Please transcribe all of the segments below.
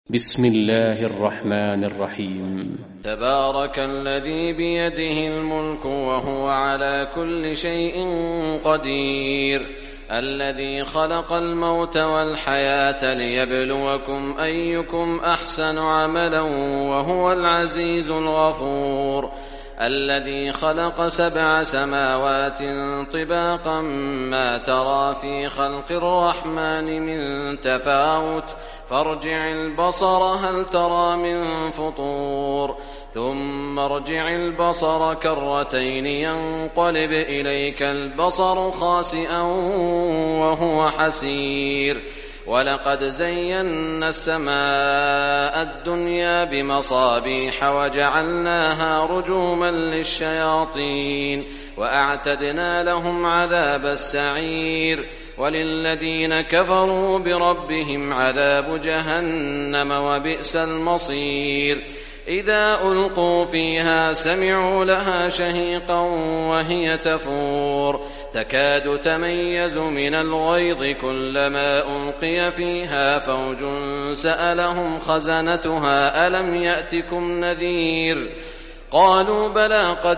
بسم الله الرحمن الرحيم. تبارك الذي بيده الملك وهو على كل شيء قدير، الذي خلق الموت والحياة ليبلوكم أيكم أحسن عملا وهو العزيز الغفور، الذي خلق 7 سماوات طباقا ما ترى في خلق الرحمن من تفاوت فارجع البصر هل ترى من فطور ثم ارجع البصر كرتين ينقلب إليك البصر خاسئا وهو حسير، ولقد زينا السماء الدنيا بمصابيح وجعلناها رجوما للشياطين وأعتدنا لهم عذاب السعير، وللذين كفروا بربهم عذاب جهنم وبئس المصير. إذا ألقوا فيها سمعوا لها شهيقا وهي تفور تكاد تميز من الغيظ كلما ألقي فيها فوج سألهم خزنتها ألم يأتكم نذير قالوا بلى قد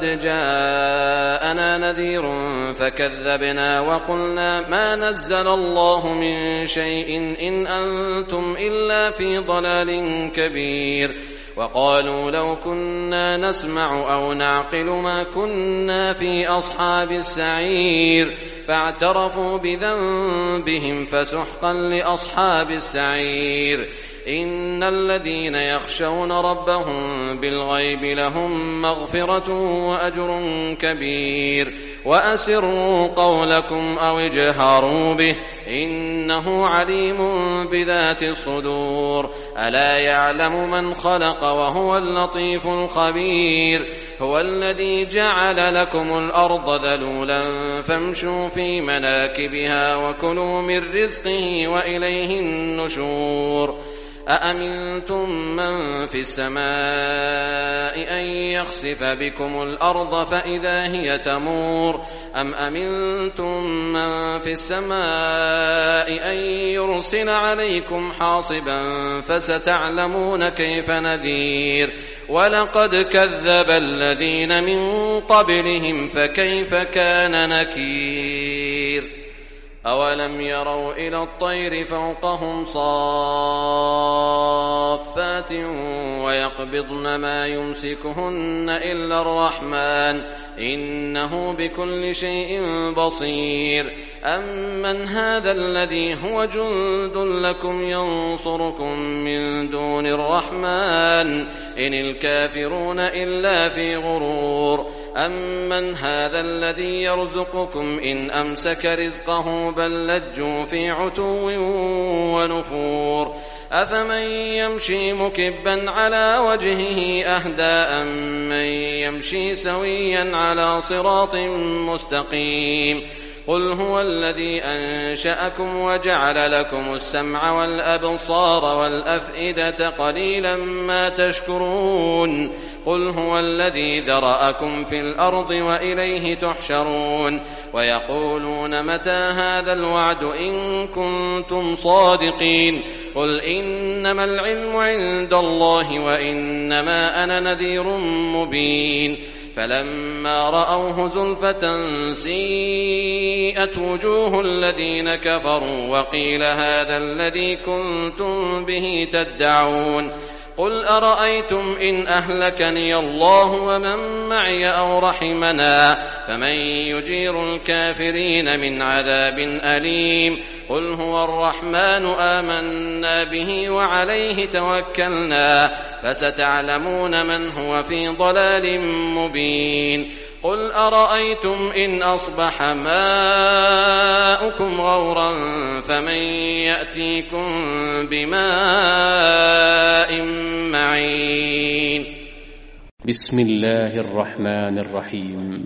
جاءنا نذير فكذبنا وقلنا ما نزل الله من شيء إن أنتم إلا في ضلال كبير، وقالوا لو كنا نسمع أو نعقل ما كنا في أصحاب السعير، فاعترفوا بذنبهم فسحقا لأصحاب السعير. إن الذين يخشون ربهم بالغيب لهم مغفرة وأجر كبير، وأسروا قولكم أو اجهروا به إنه عليم بذات الصدور، ألا يعلم من خلق وهو اللطيف الخبير. هو الذي جعل لكم الأرض ذلولا فامشوا في مناكبها وكلوا من رزقه وإليه النشور. أأمنتم من في السماء أن يخسف بكم الأرض فإذا هي تمور، أم أمنتم من في السماء أن يرسل عليكم حاصبا فستعلمون كيف نذير. ولقد كذب الذين من قبلهم فكيف كان نكير. أولم يروا إلى الطير فوقهم صافات ويقبضن ما يمسكهن إلا الرحمن إنه بكل شيء بصير. أمن هذا الذي هو جند لكم ينصركم من دون الرحمن إن الكافرون إلا في غرور. أمن هذا الذي يرزقكم إن أمسك رزقه بل لجوا في عتو ونفور. أفمن يمشي مكبا على وجهه أهدى أمن يمشي سويا على صراط مستقيم. قل هو الذي أنشأكم وجعل لكم السمع والأبصار والأفئدة قليلا ما تشكرون. قل هو الذي ذرأكم في الأرض وإليه تحشرون. ويقولون متى هذا الوعد إن كنتم صادقين. قل إنما العلم عند الله وإنما أنا نذير مبين. فلما رأوه زلفة سيئت وجوه الذين كفروا وقيل هذا الذي كنتم به تدعون. قل أرأيتم إن أهلكني الله ومن معي أو رحمنا فمن يجير الكافرين من عذاب أليم. قل هو الرحمن آمنا به وعليه توكلنا فستعلمون من هو في ضلال مبين. قل أرأيتم إن أصبح ماؤكم غورا فمن يأتيكم بماء معين. بسم الله الرحمن الرحيم.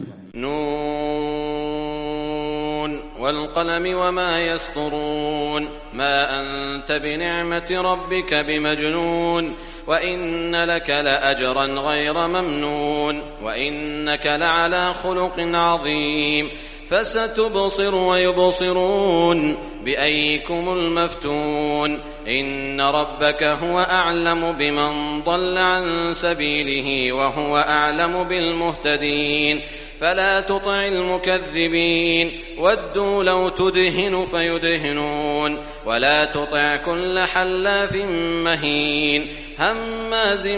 نون والقلم وما يسطرون ما أنت بنعمة ربك بمجنون وإن لك لأجرا غير ممنون وإنك لعلى خلق عظيم. فستبصر ويبصرون بأيكم المفتون إن ربك هو أعلم بمن ضل عن سبيله وهو أعلم بالمهتدين فلا تطع المكذبين ودوا لو تدهن فيدهنون ولا تطع كل حلاف مهين هماز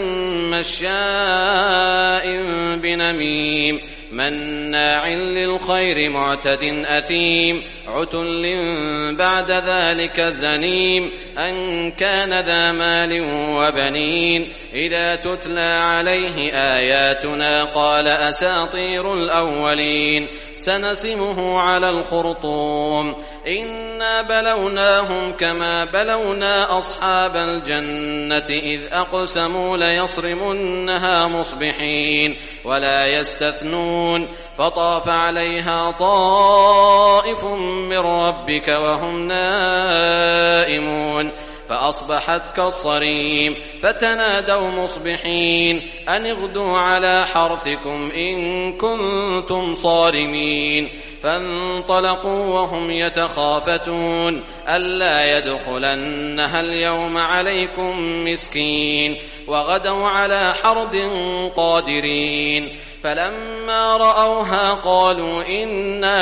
مشاء بنميم مناع للخير معتد أثيم عتل بعد ذلك زنيم أن كان ذا مال وبنين إذا تتلى عليه آياتنا قال أساطير الأولين سنسمه على الخرطوم إنا بلوناهم كما بلونا أصحاب الجنة إذ أقسموا ليصرمنها مصبحين ولا يستثنون فطاف عليها طائف من ربك وهم نائمون فأصبحت كالصريم فتنادوا مصبحين أن اغدوا على حرثكم إن كنتم صارمين فانطلقوا وهم يتخافتون ألا يدخلنها اليوم عليكم مسكين وغدوا على حرد قادرين فلما رأوها قالوا إنا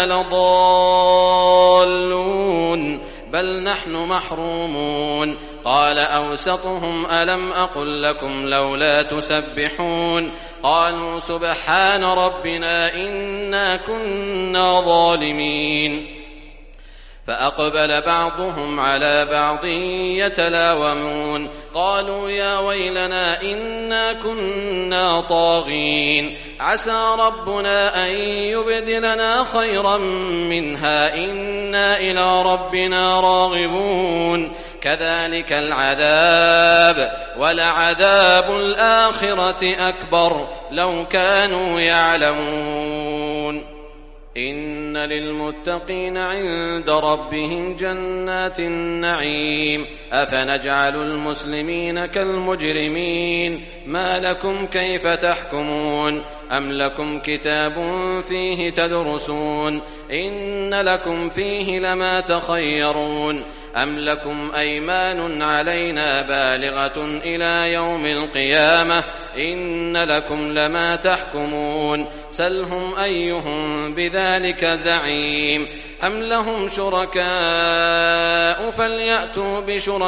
لضالون بل نحن محرومون قال أوسطهم ألم أقل لكم لولا تسبحون قالوا سبحان ربنا إنا كنا ظالمين فأقبل بعضهم على بعض يتلاومون قالوا يا ويلنا إنا كنا طاغين عسى ربنا أن يبدلنا خيرا منها إنا إلى ربنا راغبون كذلك العذاب ولعذاب الآخرة أكبر لو كانوا يعلمون إن للمتقين عند ربهم جنات النعيم أفنجعل المسلمين كالمجرمين ما لكم كيف تحكمون أم لكم كتاب فيه تدرسون إن لكم فيه لما تخيرون أم لكم أيمان علينا بالغة إلى يوم القيامة إن لكم لما تحكمون سلهم أيهم بذلك زعيم أم لهم شركاء فليأتوا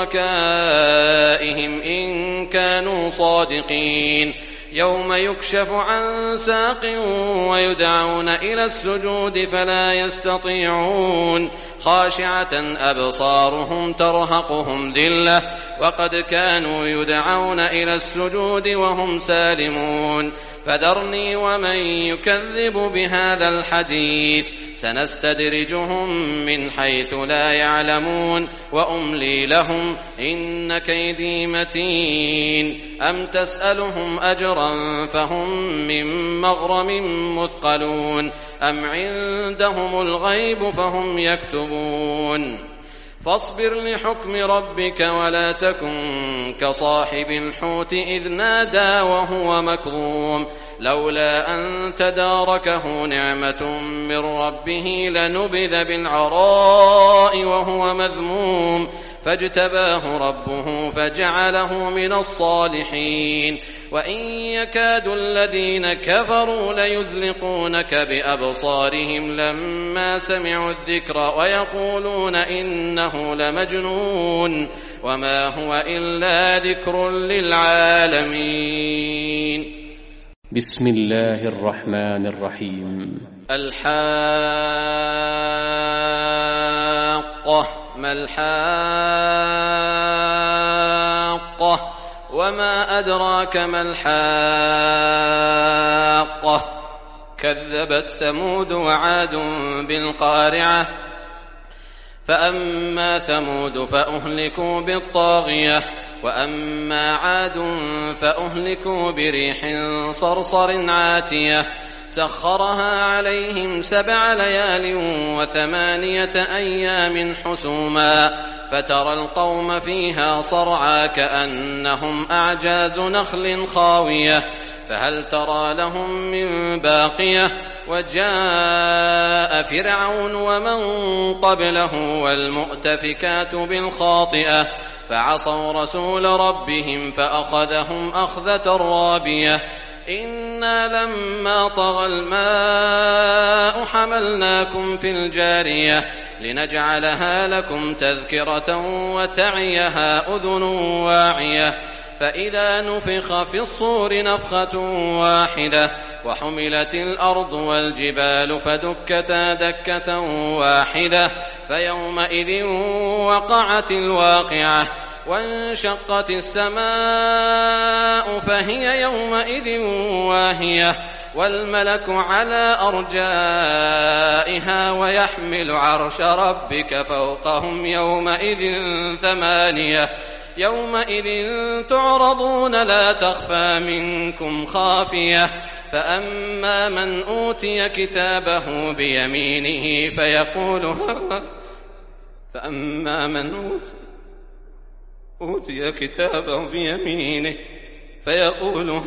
بشركائهم إن كانوا صادقين يوم يكشف عن ساق ويدعون إلى السجود فلا يستطيعون خاشعة أبصارهم ترهقهم ذلة وقد كانوا يدعون إلى السجود وهم سالمون فذرني ومن يكذب بهذا الحديث سنستدرجهم من حيث لا يعلمون وأملي لهم إن كيدي متين أم تسألهم أجرا فهم من مغرم مثقلون أم عندهم الغيب فهم يكتبون فاصبر لحكم ربك ولا تكن كصاحب الحوت إذ نادى وهو مكظوم لولا أن تداركه نعمة من ربه لنبذ بالعراء وهو مذموم فاجتباه ربه فجعله من الصالحين وإن يكاد الذين كفروا ليزلقونك بأبصارهم لما سمعوا الذكر ويقولون إنه لمجنون وما هو إلا ذكر للعالمين بسم الله الرحمن الرحيم الحاقة ما الحاقة وما أدراك ما الحاقة كذبت ثمود وعاد بالقارعة فأما ثمود فأهلكوا بالطاغية وأما عاد فأهلكوا بريح صرصر عاتية سخرها عليهم 7 ليال و8 أيام حسوما فترى القوم فيها صرعى كأنهم أعجاز نخل خاوية فهل ترى لهم من باقية وجاء فرعون ومن قبله والمؤتفكات بالخاطئة فعصوا رسول ربهم فأخذهم أخذة رابية إنا لما طغى الماء حملناكم في الجارية لنجعلها لكم تذكرة وتعيها أذن واعية فإذا نفخ في الصور نفخة واحدة وحملت الأرض والجبال فدكتا دكة واحدة فيومئذ وقعت الواقعة وانشقت السماء فهي يومئذ واهية والملك على أرجائها ويحمل عرش ربك فوقهم يومئذ ثمانية يومئذ تعرضون لا تخفى منكم خافية فأما من أوتي كتابه بيمينه فأما من أوتي كتابه بيمينه فيقول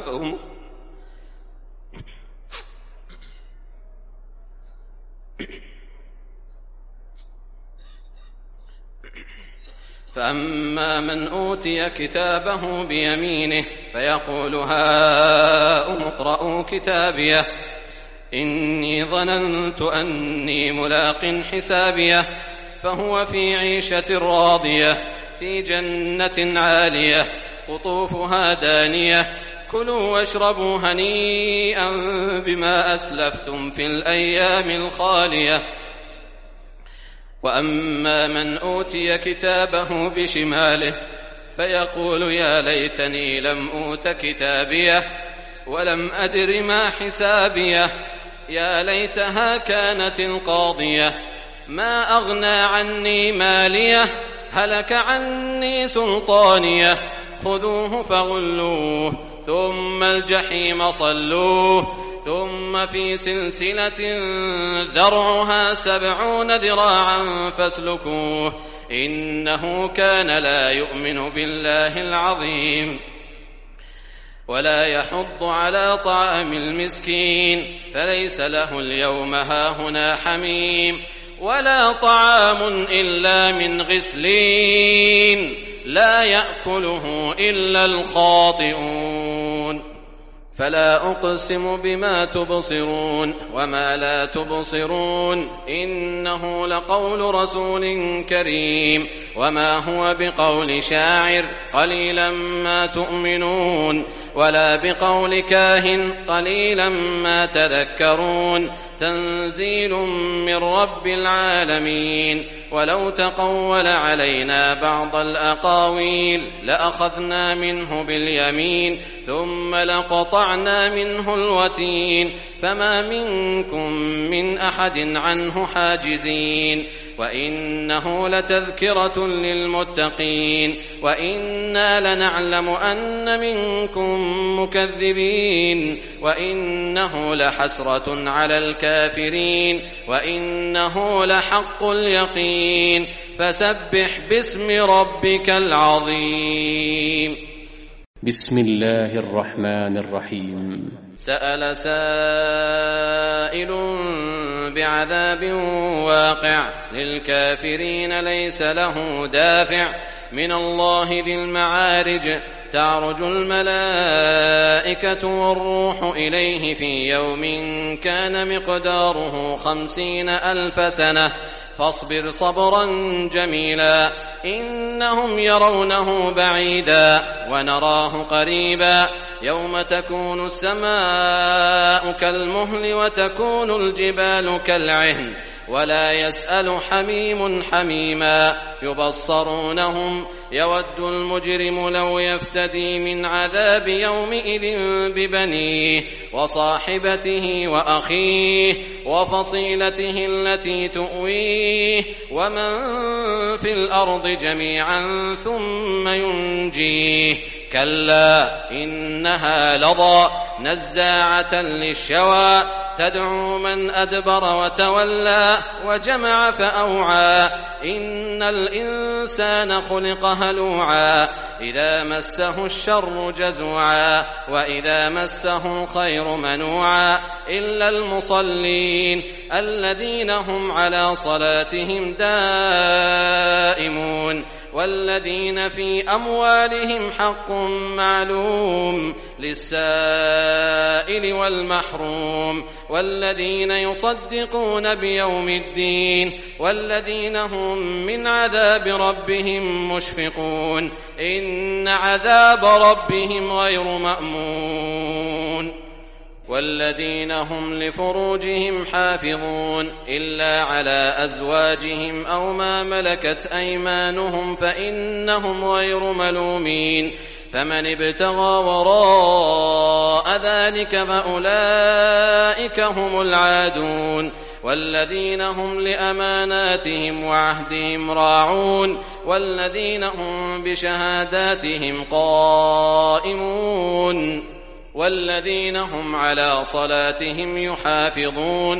فأما من أوتي كتابه بيمينه فيقول هاؤم اقرءوا كتابيه إني ظننت أني ملاق حسابيه فهو في عيشة راضية في جنة عالية قطوفها دانية كلوا واشربوا هنيئا بما أسلفتم في الأيام الخالية وأما من أوتي كتابه بشماله فيقول يا ليتني لم أوت كتابيه ولم أدر ما حسابيه يا ليتها كانت القاضية ما أغنى عني ماليه هلك عني سلطانيه خذوه فغلوه ثم الجحيم صلوه ثم في سلسلة ذرعها 70 ذراعا فاسلكوه إنه كان لا يؤمن بالله العظيم ولا يحض على طعام المسكين فليس له اليوم هاهنا حميم ولا طعام إلا من غسلين لا يأكله إلا الخاطئون فلا أقسم بما تبصرون وما لا تبصرون إنه لقول رسول كريم وما هو بقول شاعر قليلا ما تؤمنون ولا بقول كاهن قليلا ما تذكرون تنزيل من رب العالمين ولو تقول علينا بعض الأقاويل لأخذنا منه باليمين ثم لقطعنا منه الوتين فما منكم من أحد عنه حاجزين وإنه لتذكرة للمتقين وإنا لنعلم أن منكم مكذبين وإنه لحسرة على الكافرين وإنه لحق اليقين فسبح باسم ربك العظيم بسم الله الرحمن الرحيم سأل سائل بعذاب واقع للكافرين ليس له دافع من الله ذي المعارج تعرج الملائكة والروح إليه في يوم كان مقداره 50,000 سنة فاصبر صبرا جميلا إنهم يرونه بعيدا ونراه قريبا يوم تكون السماء كالمهل وتكون الجبال كالعهن ولا يسأل حميم حميما يبصرونهم يود المجرم لو يفتدي من عذاب يومئذ ببنيه وصاحبته وأخيه وفصيلته التي تؤويه ومن في الأرض جميعا ثم ينجيه كلا إنها لظى نزاعة للشوى تدعو من أدبر وتولى وجمع فأوعى إن الإنسان خلق هلوعا إذا مسه الشر جزوعا وإذا مسه الخير منوعا إلا المصلين الذين هم على صلاتهم دائمون والذين في أموالهم حق معلوم للسائل والمحروم والذين يصدقون بيوم الدين والذين هم من عذاب ربهم مشفقون إن عذاب ربهم غير مأمون والذين هم لفروجهم حافظون إلا على أزواجهم أو ما ملكت أيمانهم فإنهم غير ملومين فمن ابتغى وراء ذلك فأولئك هم العادون والذين هم لأماناتهم وعهدهم راعون والذين هم بشهاداتهم قائمون والذين هم على صلاتهم يحافظون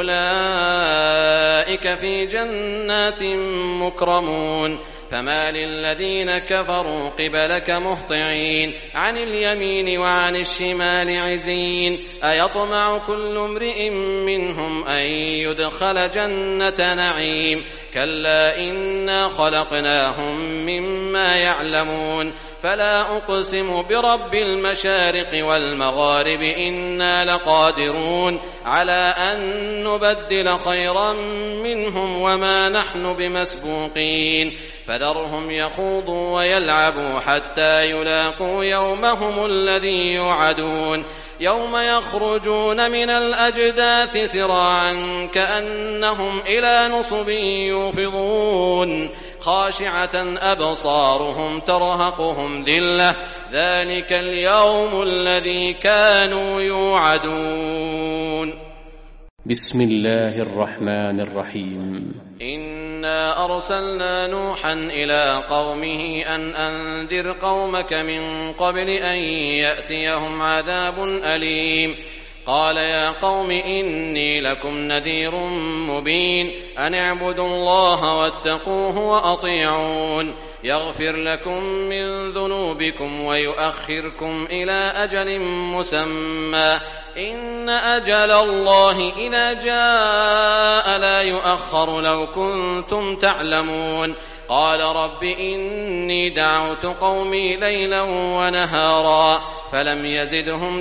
أولئك في جنات مكرمون فما للذين كفروا قبلك مهطعين عن اليمين وعن الشمال عزين أيطمع كل امرئ منهم أن يدخل جنة نعيم كلا إنا خلقناهم مما يعلمون فلا أقسم برب المشارق والمغارب إنا لقادرون على أن نبدل خيرا منهم وما نحن بمسبوقين فذرهم يخوضوا ويلعبوا حتى يلاقوا يومهم الذي يوعدون يوم يخرجون من الأجداث سراعا كأنهم إلى نصب يوفضون خاشعة أبصارهم ترهقهم ذلة ذلك اليوم الذي كانوا يوعدون. بسم الله الرحمن الرحيم. إنا أرسلنا نوحا إلى قومه أن أنذر قومك من قبل أن يأتيهم عذاب أليم قال يا قوم إني لكم نذير مبين أن اعبدوا الله واتقوه وأطيعون يغفر لكم من ذنوبكم ويؤخركم إلى أجل مسمى إن أجل الله إذا جاء لا يؤخر لو كنتم تعلمون قال رب إني دعوت قومي ليلا ونهارا فلم يزدهم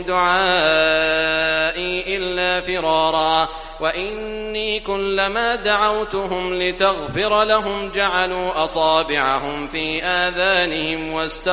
دعائي إلا فرارا وإني كلما دعوتهم لتغفر لهم جعلوا أصابعهم في آذانهم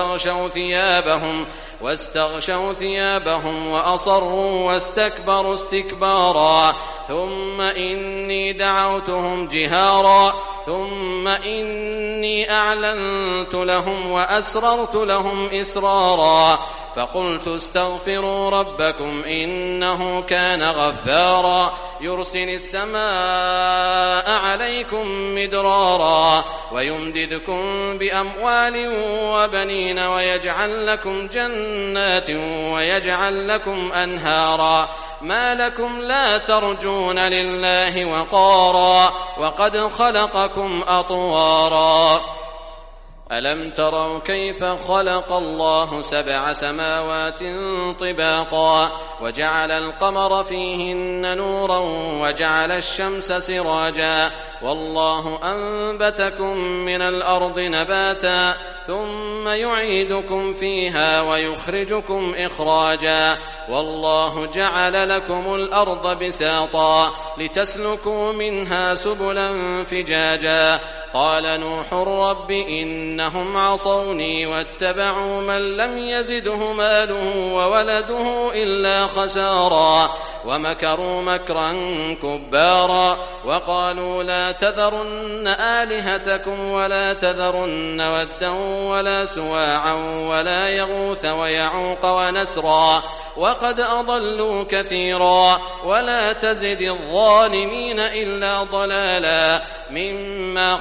واستغشوا ثيابهم وأصروا واستكبروا استكبارا ثم إني دعوتهم جهارا ثم إني أعلنت لهم وأسررت لهم إسرارا فقلت استغفروا ربكم إنه كان غفارا يرسل السماء عليكم مدرارا ويمددكم بأموال وبنين ويجعل لكم جنات ويجعل لكم أنهارا ما لكم لا ترجون لله وقارا وقد خلقكم أطوارا ألم تروا كيف خلق الله 7 سماوات طباقا وجعل القمر فيهن نورا وجعل الشمس سراجا والله أنبتكم من الأرض نباتا ثم يعيدكم فيها ويخرجكم إخراجا والله جعل لكم الأرض بساطا لتسلكوا منها سبلا فجاجا قال نوح رب إنهم عصوني واتبعوا من لم يزده ماله وولده إلا خسارا ومكروا مكرا كبارا وقالوا لا تذرن آلهتكم ولا تذرن ودا ولا سواعا ولا يغوث ويعوق ونسرا وقد أضلوا كثيرا ولا تزد الظالمين إلا ضلالا مما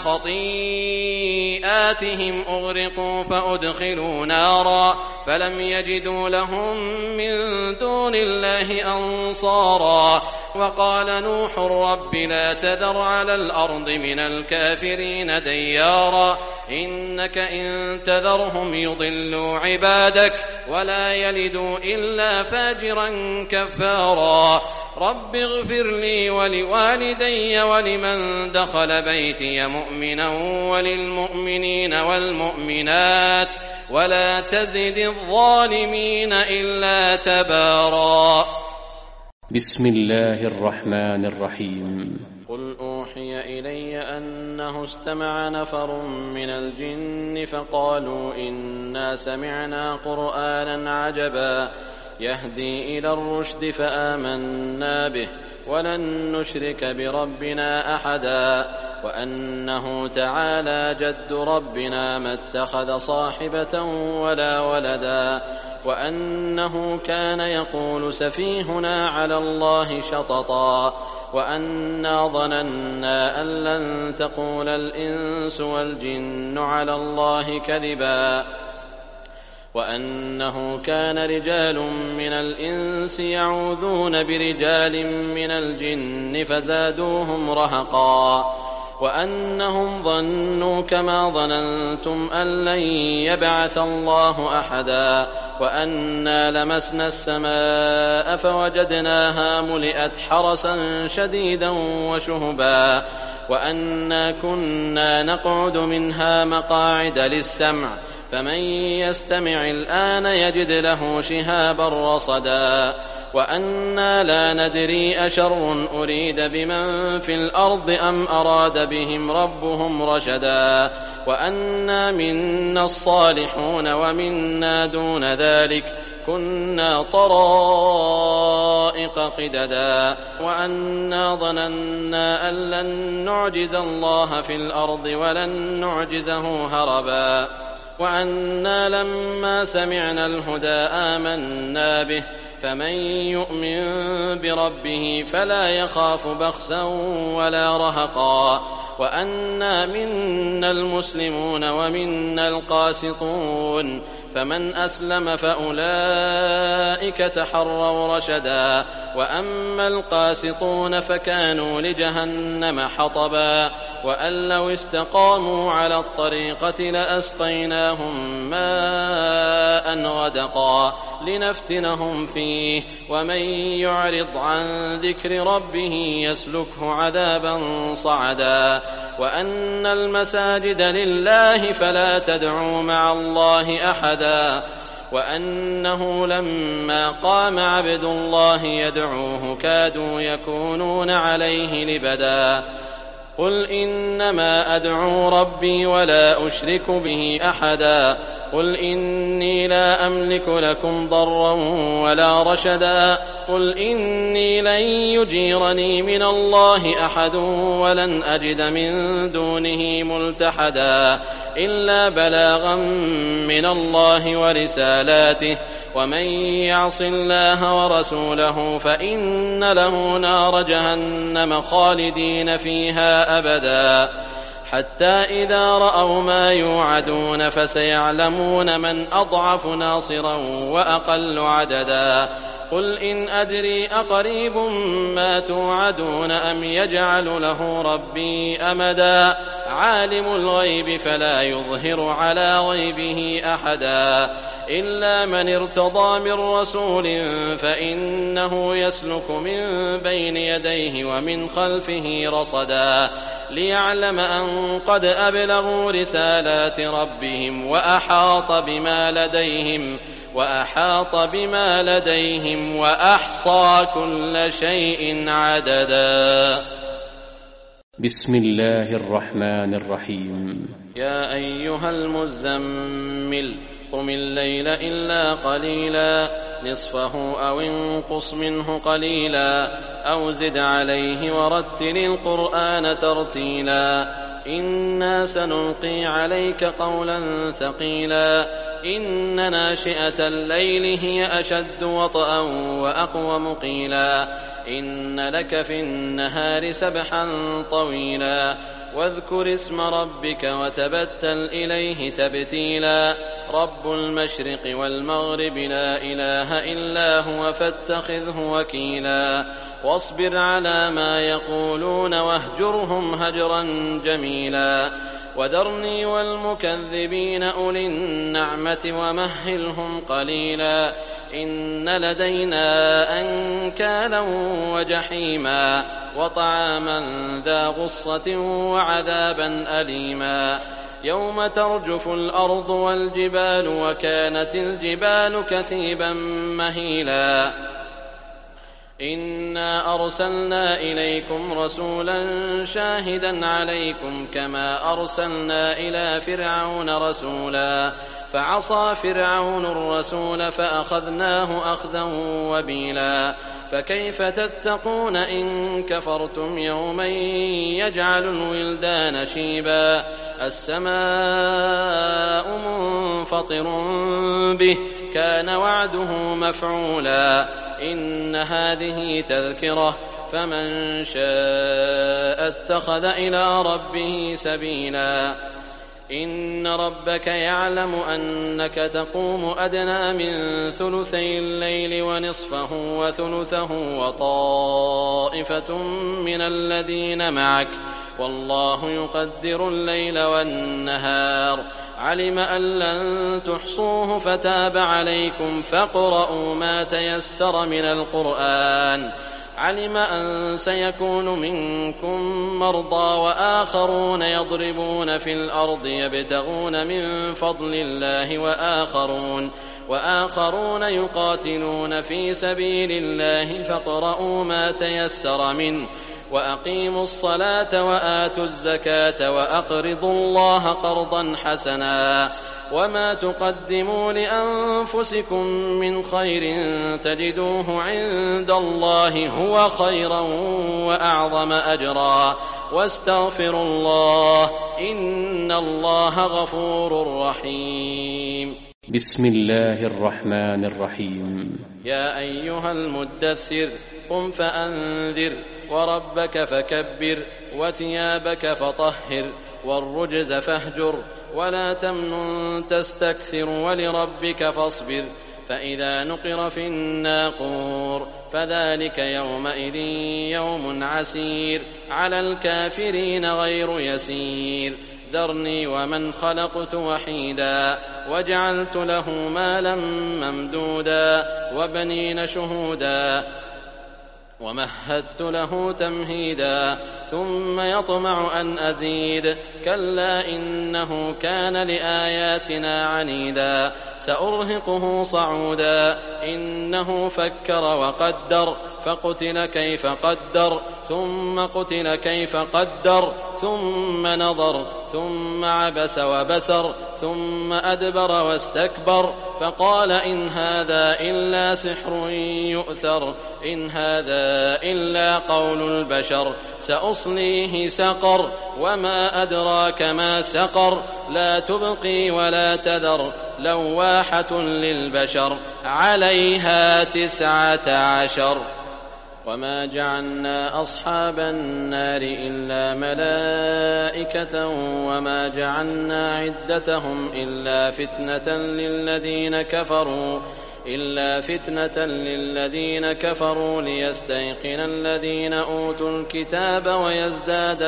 خطيئاتهم أغرقوا فأدخلوا نارا فلم يجدوا لهم من دون الله أنصارا وقال نوح رب لا تذر على الأرض من الكافرين ديارا إنك إن تذرهم يضلوا عبادك ولا يلدوا إلا فاجرا كفارا رب اغفر لي ولوالدي ولمن دخل بيتي مؤمنا وللمؤمنين والمؤمنات ولا تزد الظالمين إلا تبارا. بسم الله الرحمن الرحيم. قل أوحي إلي أنه استمع نفر من الجن فقالوا إنا سمعنا قرآنا عجبا يهدي إلى الرشد فآمنا به ولن نشرك بربنا أحدا وأنه تعالى جد ربنا ما اتخذ صاحبة ولا ولدا وأنه كان يقول سفيهنا على الله شططا وأنا ظننا أن لن تقول الإنس والجن على الله كذبا وأنه كان رجال من الإنس يعوذون برجال من الجن فزادوهم رهقا وأنهم ظنوا كما ظننتم أن لن يبعث الله أحدا وأنا لمسنا السماء فوجدناها ملئت حرسا شديدا وشهبا وأنا كنا نقعد منها مقاعد للسمع فمن يستمع الآن يجد له شهابا رصدا وأنا لا ندري أشر أريد بمن في الأرض أم أراد بهم ربهم رشدا وأنا منا الصالحون ومنا دون ذلك كنا طرائق قددا وأنا ظننا أن لن نعجز الله في الأرض ولن نعجزه هربا وأنا لما سمعنا الهدى آمنا به فمن يؤمن بربه فلا يخاف بخسا ولا رهقا وأنا منا المسلمون ومنا القاسطون فمن أسلم فأولئك تحروا رشدا وأما القاسطون فكانوا لجهنم حطبا وأن لو استقاموا على الطريقة لأسقيناهم ماء غدقا لنفتنهم فيه ومن يعرض عن ذكر ربه يسلكه عذابا صعدا وأن المساجد لله فلا تدعوا مع الله أحدا وأنه لما قام عبد الله يدعوه كادوا يكونون عليه لبدا قل إنما أدعو ربي ولا أشرك به أحدا قل إني لا أملك لكم ضرا ولا رشدا قل إني لن يجيرني من الله أحد ولن أجد من دونه ملتحدا إلا بلاغا من الله ورسالاته ومن يعص الله ورسوله فإن له نار جهنم خالدين فيها أبدا حتى إذا رأوا ما يوعدون فسيعلمون من أضعف ناصرا وأقل عددا قل إن أدري أقريب ما توعدون أم يجعل له ربي أمدا عالم الغيب فلا يظهر على غيبه أحدا إلا من ارتضى من رسول فإنه يسلك من بين يديه ومن خلفه رصدا ليعلم أن قد أبلغوا رسالات ربهم وأحاط بما لديهم وأحصى كل شيء عددا. بسم الله الرحمن الرحيم. يا أيها المزمل قم الليل إلا قليلا نصفه أو انقص منه قليلا أو زد عليه ورتل القرآن ترتيلا إنا سنلقي عليك قولا ثقيلا إن ناشئة الليل هي أشد وطئا وأقوم قيلا إن لك في النهار سبحا طويلا واذكر اسم ربك وتبتل إليه تبتيلا رب المشرق والمغرب لا إله إلا هو فاتخذه وكيلا واصبر على ما يقولون واهجرهم هجرا جميلا وذرني والمكذبين أولي النعمة ومهلهم قليلا إن لدينا أنكالا وجحيما وطعاما ذا غصة وعذابا أليما يوم ترجف الأرض والجبال وكانت الجبال كثيبا مهيلا إنا أرسلنا إليكم رسولا شاهدا عليكم كما أرسلنا إلى فرعون رسولا فعصى فرعون الرسول فأخذناه أخذا وبيلا فكيف تتقون إن كفرتم يوما يجعل الولدان شيبا السماء منفطر به كان وعده مفعولا إن هذه تذكرة فمن شاء اتخذ إلى ربه سبيلا إن ربك يعلم أنك تقوم أدنى من ثلثي الليل ونصفه وثلثه وطائفة من الذين معك والله يقدر الليل والنهار علم أن لن تحصوه فتاب عليكم فاقرؤوا ما تيسر من القرآن علم أن سيكون منكم مرضى وآخرون يضربون في الأرض يبتغون من فضل الله وآخرون يقاتلون في سبيل الله فاقرؤوا ما تيسر منه وأقيموا الصلاة وآتوا الزكاة وأقرضوا الله قرضا حسنا وما تقدموا لأنفسكم من خير تجدوه عند الله هو خيرا وأعظم أجرا واستغفروا الله إن الله غفور رحيم بسم الله الرحمن الرحيم يا أيها المدثر قم فأنذر وربك فكبر وثيابك فطهر والرجز فاهجر ولا تمنن تستكثر ولربك فاصبر فإذا نقر في الناقور فذلك يومئذ يوم عسير على الكافرين غير يسير ذرني ومن خلقت وحيدا وجعلت له مالا ممدودا وبنين شهودا ومهدت له تمهيدا ثم يطمع أن أزيد كلا إنه كان لآياتنا عنيدا سأرهقه صعودا إنه فكر وقدر فقتل كيف قدر ثم قتل كيف قدر ثم نظر ثم عبس وبسر ثم أدبر واستكبر فقال إن هذا إلا سحر يؤثر إن هذا إلا قول البشر سأصليه سقر وما أدراك ما سقر لا تبقي ولا تذر لواحة للبشر عليها 19 وما جعلنا أصحاب النار إلا ملائكة وما جعلنا عدتهم إلا فتنة للذين كفروا ليستيقن الذين أوتوا الكتاب ويزداد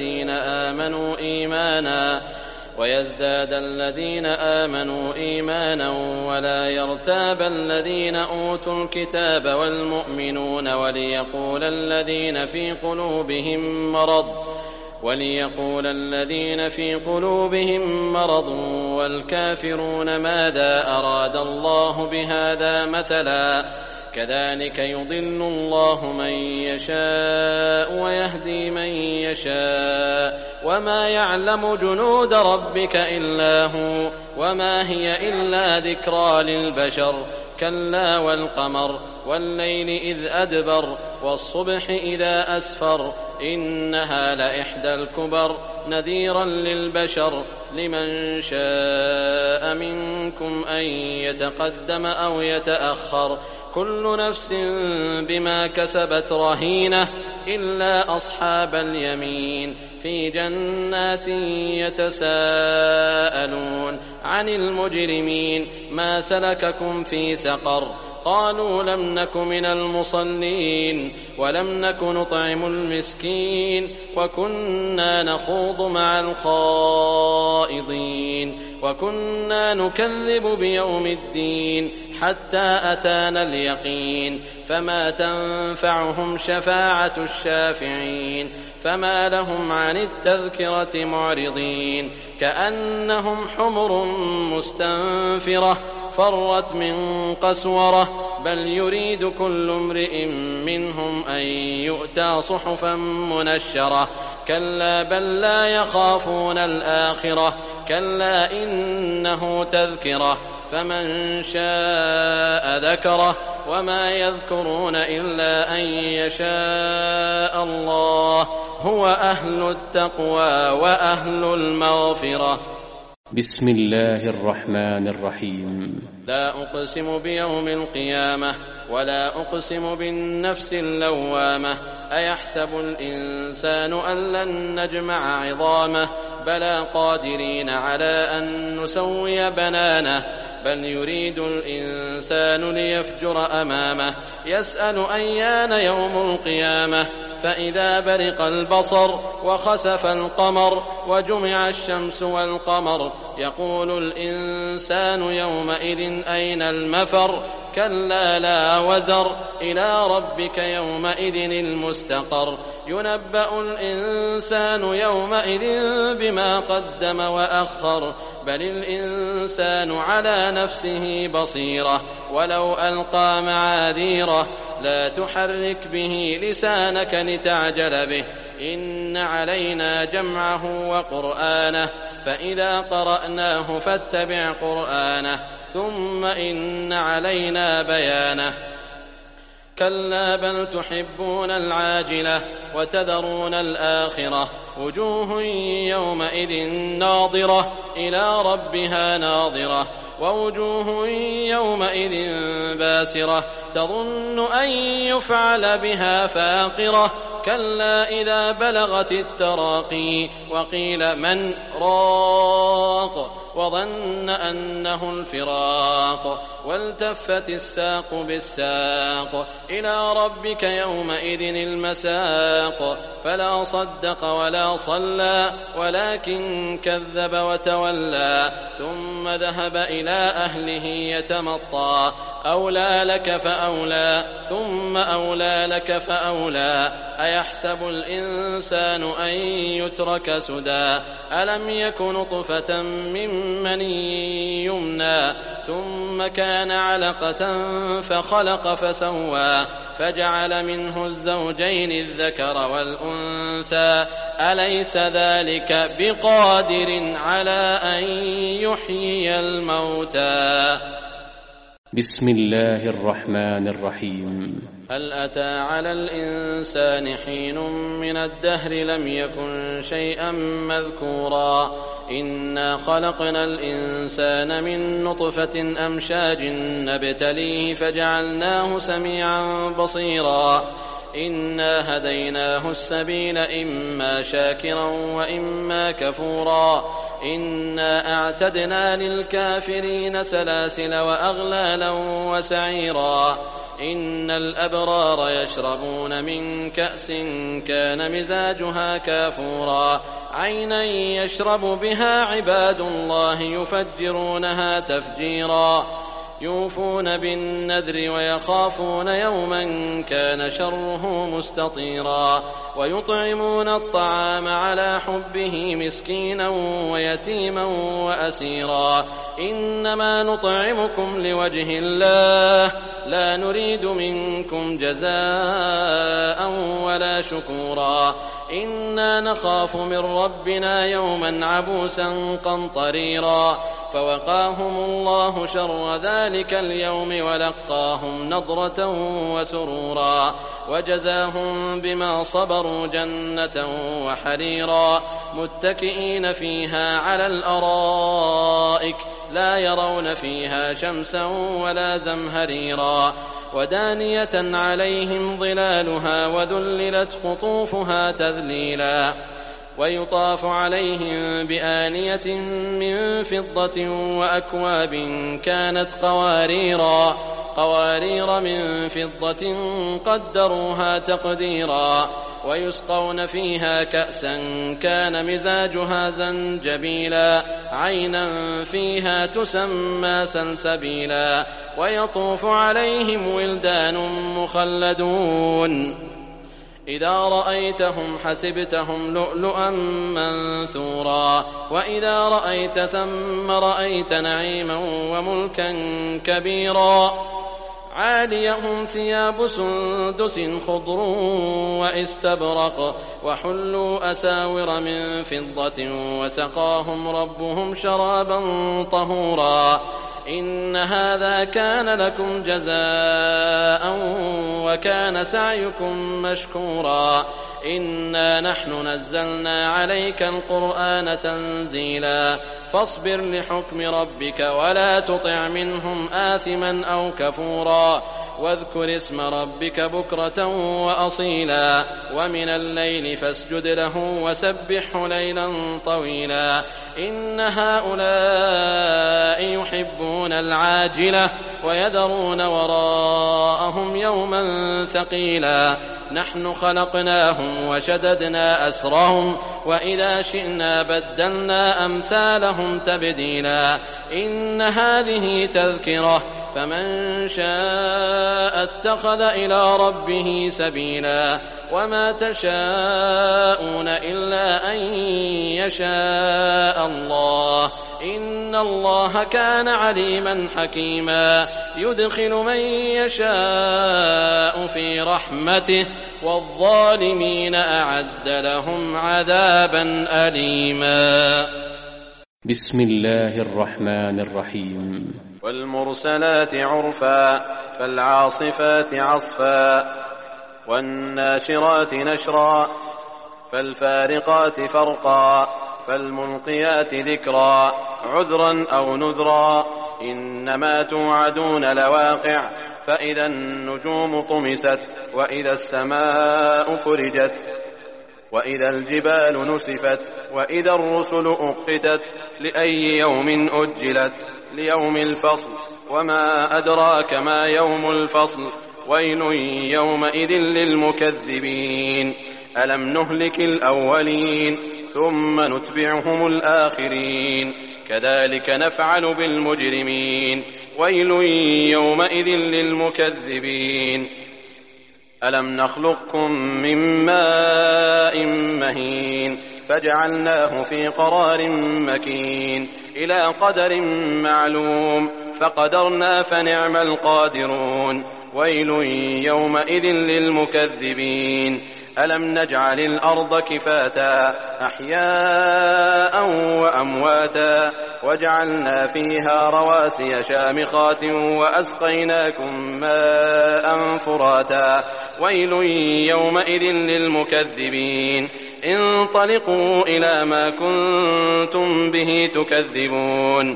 الذين آمنوا إيمانا ولا يرتاب الذين أوتوا الكتاب والمؤمنون وليقول الذين في قلوبهم مرض والكافرون ماذا أراد الله بهذا مثلا كذلك يضل الله من يشاء ويهدي من يشاء وما يعلم جنود ربك إلا هو وما هي إلا ذكرى للبشر كلا والقمر والليل إذ أدبر والصبح إذا أسفر إنها لإحدى الكبر نذيرا للبشر لمن شاء منكم أن يتقدم أو يتأخر كل نفس بما كسبت رهينة إلا أصحاب اليمين في جنات يتساءلون عن المجرمين ما سلككم في سقر قالوا لم نك من المصلين ولم نك نطعم المسكين وكنا نخوض مع الخائضين وكنا نكذب بيوم الدين حتى أتانا اليقين فما تنفعهم شفاعة الشافعين فما لهم عن التذكرة معرضين كأنهم حمر مستنفرة فرت من قسورة بل يريد كل امرئ منهم أن يؤتى صحفا منشرة كلا بل لا يخافون الآخرة كلا إنه تذكرة فمن شاء ذكره وما يذكرون إلا أن يشاء الله هو أهل التقوى وأهل المغفرة. بسم الله الرحمن الرحيم. لا أقسم بيوم القيامة ولا أقسم بالنفس اللوامة أيحسب الإنسان أن لن نجمع عظامه بلى قادرين على أن نسوي بنانه بل يريد الإنسان ليفجر أمامه يسأل أيان يوم القيامة فإذا برق البصر وخسف القمر وجمع الشمس والقمر يقول الإنسان يومئذ أين المفر كلا لا وزر إلى ربك يومئذ المستقر ينبأ الإنسان يومئذ بما قدم وأخر بل الإنسان على نفسه بصيرة ولو ألقى معاذيره لا تحرك به لسانك لتعجل به إن علينا جمعه وقرآنه فإذا قرأناه فاتبع قرآنه ثم إن علينا بيانه كلا بل تحبون العاجلة وتذرون الآخرة وجوه يومئذ ناظرة إلى ربها ناظرة ووجوه يومئذ باسرة تظن أن يفعل بها فاقرة كلا إذا بلغت التراقي وقيل من راق وظن أنه الفراق والتفت الساق بالساق إلى ربك يومئذ المساق فلا صدق ولا صلى ولكن كذب وتولى ثم ذهب إلى أهله يتمطى أولى لك فأولى ثم أولى لك فأولى أيحسب الإنسان أن يترك سدى ألم يك نطفة من مني يمنى ثم كان علقة فخلق فسوى فجعل منه الزوجين الذكر والأنثى أليس ذلك بقادر على أن يحيي الموتى. بسم الله الرحمن الرحيم. هل أتى على الإنسان حين من الدهر لم يكن شيئا مذكورا إنا خلقنا الإنسان من نطفة أمشاج نبتليه فجعلناه سميعا بصيرا إنا هديناه السبيل إما شاكرا وإما كفورا إنا أعتدنا للكافرين سلاسل وأغلالا وسعيرا إن الأبرار يشربون من كأس كان مزاجها كافورا عينا يشرب بها عباد الله يفجرونها تفجيرا يوفون بالنذر ويخافون يوما كان شره مستطيرا ويطعمون الطعام على حبه مسكينا ويتيما وأسيرا إنما نطعمكم لوجه الله لا نريد منكم جزاء ولا شكورا إنا نخاف من ربنا يوما عبوسا قمطريرا فوقاهم الله شر ذلك اليوم ولقاهم نضرة وسرورا وجزاهم بما صبروا جنة وحريرا متكئين فيها على الأرائك لا يرون فيها شمسا ولا زمهريرا ودانية عليهم ظلالها وذللت قطوفها تذليلا ويطاف عليهم بآنية من فضة وأكواب كانت قوارير من فضة قدروها تقديرا ويسقون فيها كأسا كان مزاجها زنجبيلا عينا فيها تسمى سلسبيلا ويطوف عليهم ولدان مخلدون إذا رأيتهم حسبتهم لؤلؤا منثورا وإذا رأيت ثم رأيت نعيما وملكا كبيرا عاليهم ثياب سندس خضر واستبرق وحلوا أساور من فضة وسقاهم ربهم شرابا طهورا إن هذا كان لكم جزاء وكان سعيكم مشكورا إنا نحن نزلنا عليك القرآن تنزيلا فاصبر لحكم ربك ولا تطع منهم آثما أو كفورا واذكر اسم ربك بكرة وأصيلا ومن الليل فاسجد له وسبحه ليلا طويلا إن هؤلاء يحبون العاجلة ويذرون وراءهم يوما ثقيلا نحن خلقناهم وشددنا أسرهم وإذا شئنا بدلنا أمثالهم تبديلا إن هذه تذكرة فمن شاء اتخذ إلى ربه سبيلا وما تشاءون إلا أن يشاء الله إن الله كان عليما حكيما يدخل من يشاء في رحمته والظالمين أعد لهم عذابا أليما. بسم الله الرحمن الرحيم. والمرسلات عرفا فالعاصفات عصفا والناشرات نشرا فالفارقات فرقا فالملقيات ذكرا عذرا أو نذرا إنما توعدون لواقع فإذا النجوم طمست وإذا السماء فرجت وإذا الجبال نسفت وإذا الرسل أقتت لأي يوم أجلت ليوم الفصل وما أدراك ما يوم الفصل ويل يومئذ للمكذبين ألم نهلك الأولين ثم نتبعهم الآخرين كذلك نفعل بالمجرمين ويل يومئذ للمكذبين ألم نخلقكم من ماء مهين فجعلناه في قرار مكين إلى قدر معلوم فقدرنا فنعم القادرون ويل يومئذ للمكذبين ألم نجعل الأرض كفاتا أحياء وأمواتا وجعلنا فيها رواسي شامخات وأسقيناكم ماء فراتا ويل يومئذ للمكذبين انطلقوا إلى ما كنتم به تكذبون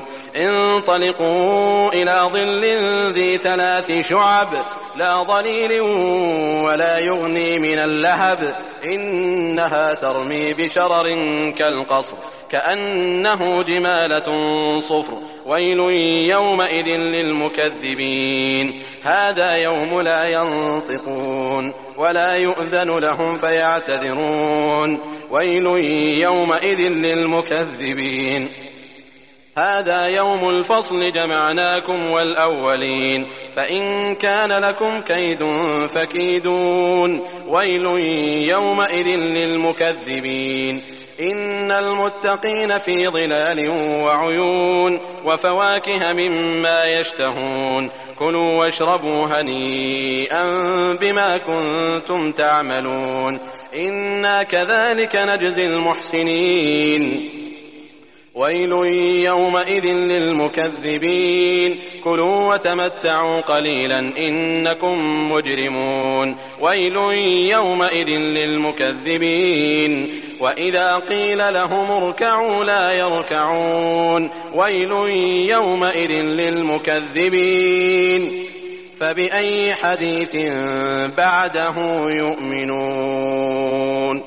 انطلقوا إلى ظل ذي 3 شعب لا ظليل ولا يغني من اللهب إنها ترمي بشرر كالقصر كأنه جمالة صفر ويل يومئذ للمكذبين هذا يوم لا ينطقون ولا يؤذن لهم فيعتذرون ويل يومئذ للمكذبين هذا يوم الفصل جمعناكم والأولين فإن كان لكم كيد فكيدون ويل يومئذ للمكذبين إن المتقين في ظلال وعيون وفواكه مما يشتهون كلوا واشربوا هنيئا بما كنتم تعملون إنا كذلك نجزي المحسنين ويل يومئذ للمكذبين كلوا وتمتعوا قليلا إنكم مجرمون ويل يومئذ للمكذبين وإذا قيل لهم اركعوا لا يركعون ويل يومئذ للمكذبين فبأي حديث بعده يؤمنون.